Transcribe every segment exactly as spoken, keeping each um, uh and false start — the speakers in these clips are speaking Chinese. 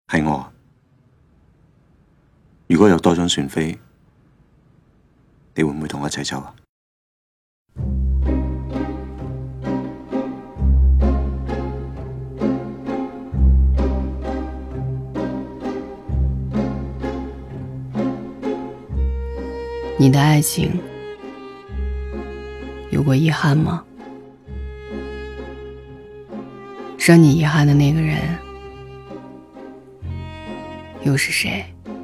係我。如果有多張船飛，你會唔會同我一齊走啊？ 你的爱情有过遗憾吗？让你遗憾的那个人又是谁？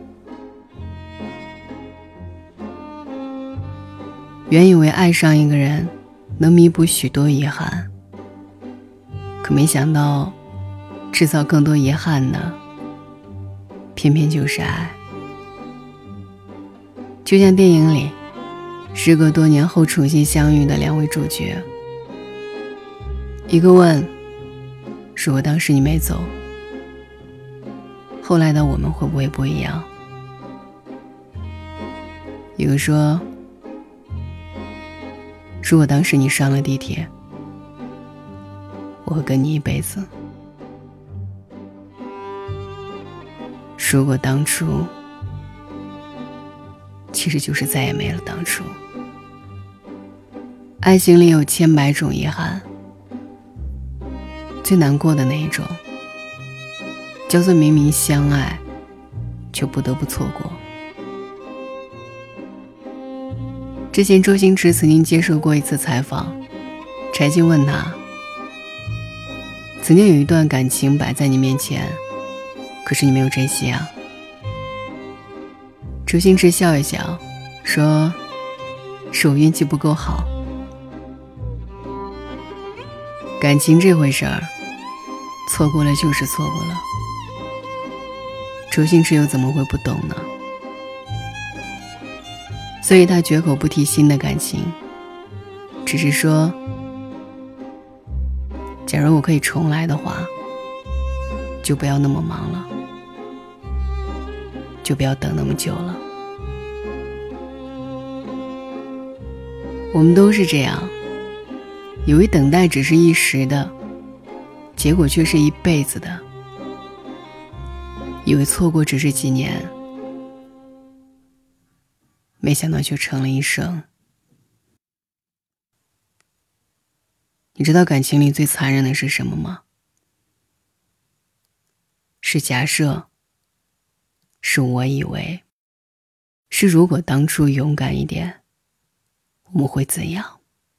原以为爱上一个人能弥补许多遗憾，可没想到制造更多遗憾的偏偏就是爱。就像电影里时隔多年后重新相遇的两位主角，一个问，如果当时你没走，后来的我们会不会不一样？一个说，如果当时你上了地铁，我会跟你一辈子。如果当初，其实就是再也没了当初。爱情里有千百种遗憾，最难过的那一种叫做明明相爱却不得不错过。之前周星驰曾经接受过一次采访，柴静问他，曾经有一段感情摆在你面前，可是你没有珍惜啊。周星驰笑一笑说，是我运气不够好。感情这回事儿，错过了就是错过了，周星驰又怎么会不懂呢？所以他绝口不提新的感情，只是说，假如我可以重来的话，就不要那么忙了，就不要等那么久了。我们都是这样，以为等待只是一时的，结果却是一辈子的；以为错过只是几年，没想到却成了一生。你知道感情里最残忍的是什么吗？是假设，是我以为，是如果当初勇敢一点，我们会怎样？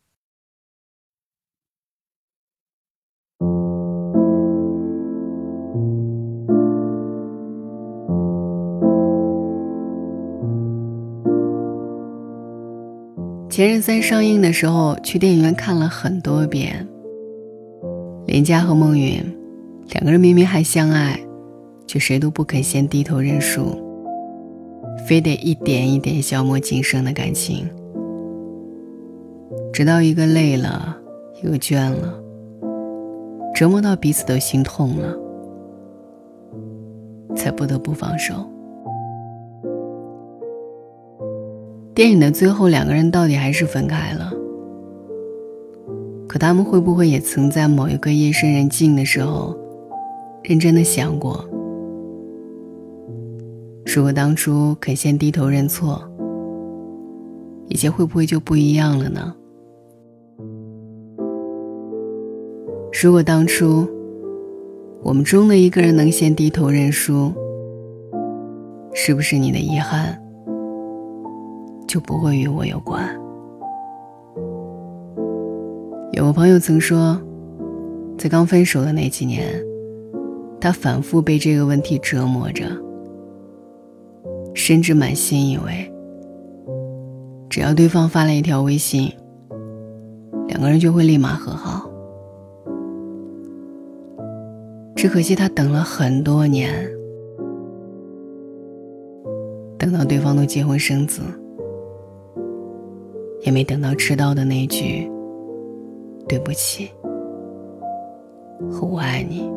前任三上映的时候，去电影院看了很多遍。林佳和孟允两个人明明还相爱，却谁都不肯先低头认输，非得一点一点消磨仅剩的感情，直到一个累了，一个倦了，折磨到彼此都心痛了，才不得不放手。电影的最后，两个人到底还是分开了。可他们会不会也曾在某一个夜深人静的时候，认真的想过，如果当初肯先低头认错，一切会不会就不一样了呢？如果当初我们中的一个人能先低头认输，是不是你的遗憾就不会与我有关？有个朋友曾说，在刚分手的那几年，他反复被这个问题折磨着，甚至满心以为只要对方发了一条微信，两个人就会立马和好。只可惜他等了很多年，等到对方都结婚生子，也没等到吃到的那句对不起和我爱你。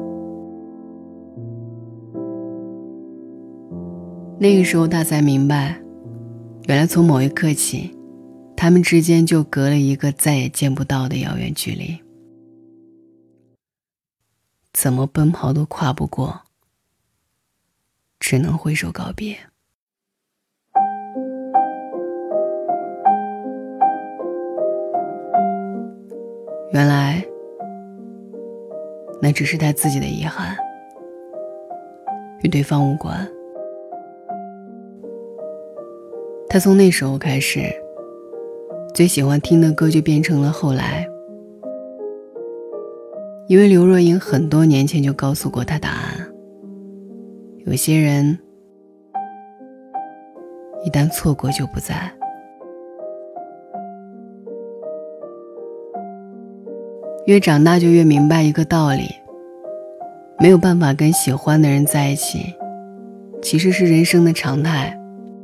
那个时候他才明白，原来从某一刻起，他们之间就隔了一个再也见不到的遥远距离，怎么奔跑都跨不过， 只能挥手告别。原来那只是他自己的遗憾，与对方无关。他从那时候开始，最喜欢听的歌就变成了后来，因为刘若英很多年前就告诉过他答案，有些人一旦错过就不在。越长大就越明白一个道理，没有办法跟喜欢的人在一起，其实是人生的常态。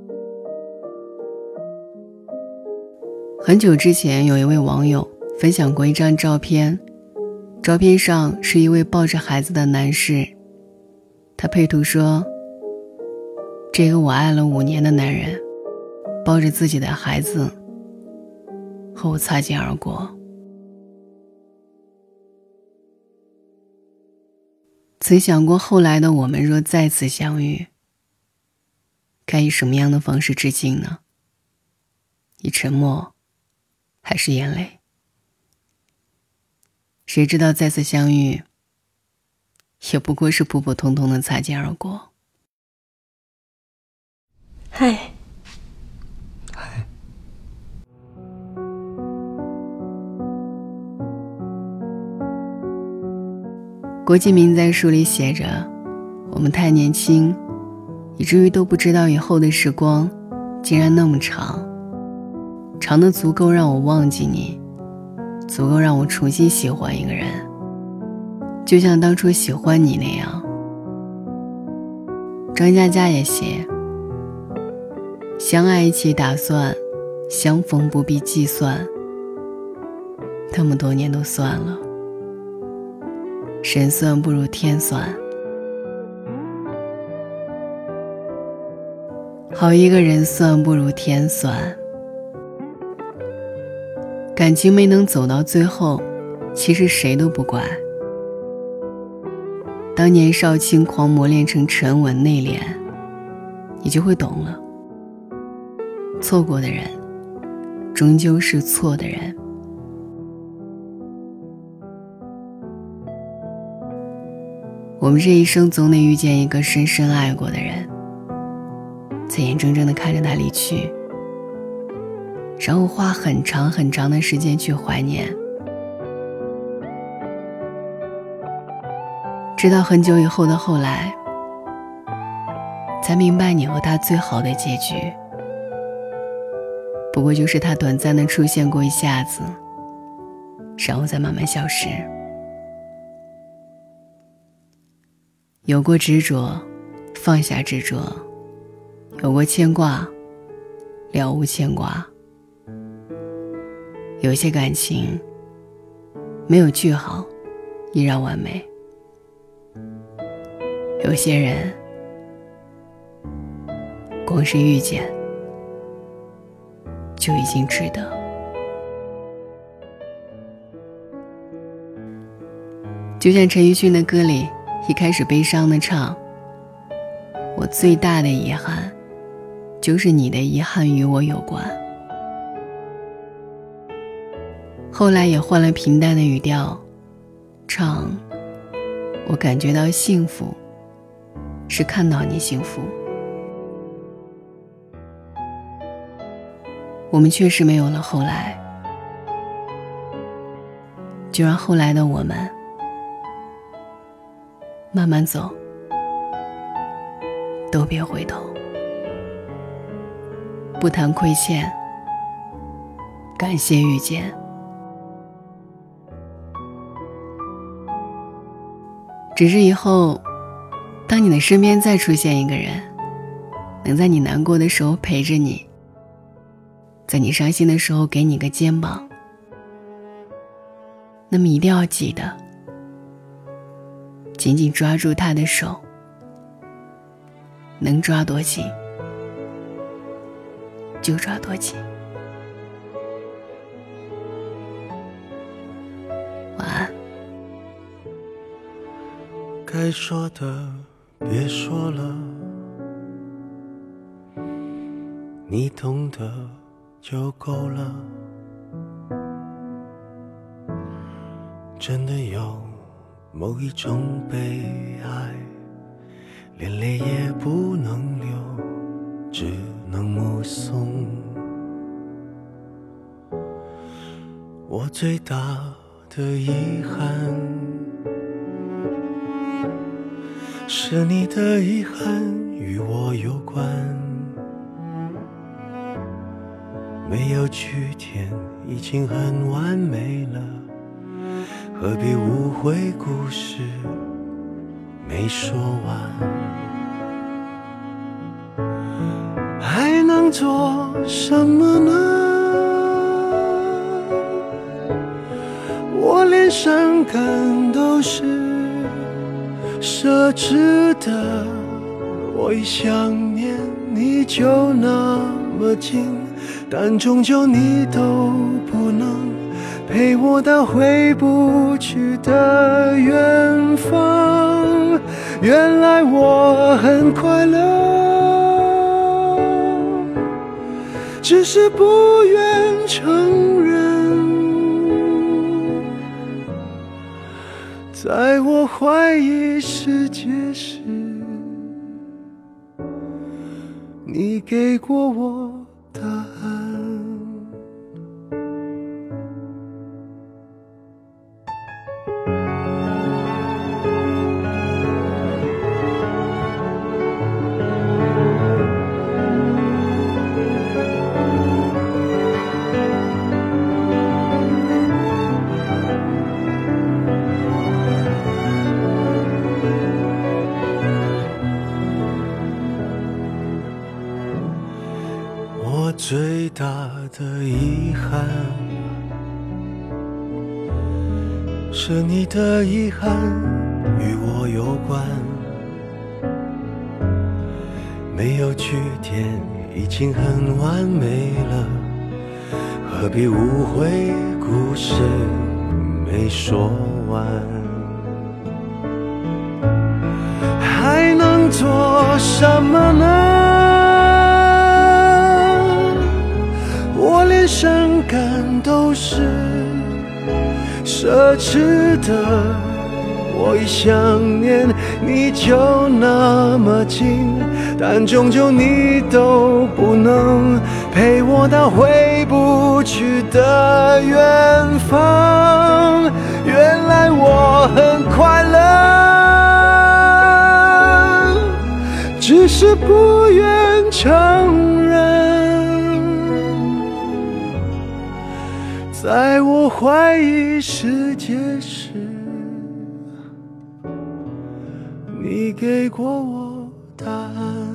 很久之前，有一位网友分享过一张照片，照片上是一位抱着孩子的男士，他配图说，这个我爱了五年的男人抱着自己的孩子和我擦肩而过。曾想过后来的我们若再次相遇，该以什么样的方式致敬呢？以沉默还是眼泪？谁知道再次相遇也不过是普普通通的擦肩而过。 嗨。 嗨。 郭敬明在书里写着，我们太年轻，以至于都不知道以后的时光竟然那么长，长得足够让我忘记你，足够让我重新喜欢一个人，就像当初喜欢你那样。张嘉佳也写，相爱一起打算，相逢不必计算，那么多年都算了，神算不如天算。好一个人算不如天算。感情没能走到最后，其实谁都不怪。当年少轻狂磨练成沉稳内敛，你就会懂了，错过的人终究是错的人。我们这一生总得遇见一个深深爱过的人，在眼睁睁地看着他离去，然后花很长很长的时间去怀念，直到很久以后的后来，才明白你和他最好的结局，不过就是他短暂的出现过一下子，然后再慢慢消失。有过执着，放下执着；有过牵挂，了无牵挂。有些感情没有句号，依然完美；有些人光是遇见就已经值得。就像陈奕迅的歌里一开始悲伤的唱，我最大的遗憾就是你的遗憾与我有关。后来也换了平淡的语调唱，我感觉到幸福是看到你幸福。我们确实没有了后来，就让后来的我们慢慢走，都别回头，不谈亏欠，感谢遇见。只是以后，当你的身边再出现一个人，能在你难过的时候陪着你，在你伤心的时候给你个肩膀，那么一定要记得紧紧抓住他的手，能抓多紧就抓多紧。晚安。 该说的别说了， 你懂得就够了。真的有某一种悲哀，连泪也不能流，只能目送。我最大的遗憾，是你的遗憾与我有关，没有句点已经很完美了，何必误会故事没说完。还能做什么呢？我连伤感都是奢侈的，我一想念你就那么近，但终究你都不能陪我到回不去的远方。原来我很快乐，只是不愿承认。在我怀疑世界时，你给过我答案。我最大的遗憾，是你的遗憾与我有关，没有句点已经很完美了，何必误会故事没说完。还能做什么呢？我连伤感都是奢侈的，我一想念你就那么近，但终究你都不能陪我到回不去的远方。原来我很快乐，只是不愿承认。在我怀疑世界时，你给过我答案。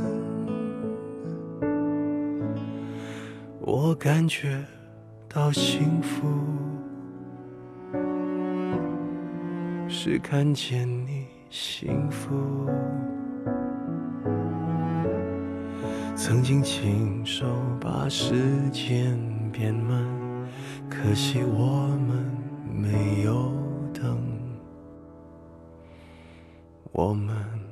我感觉到幸福，是看见你幸福。曾经亲手把时间变慢，可惜我们没有等，我们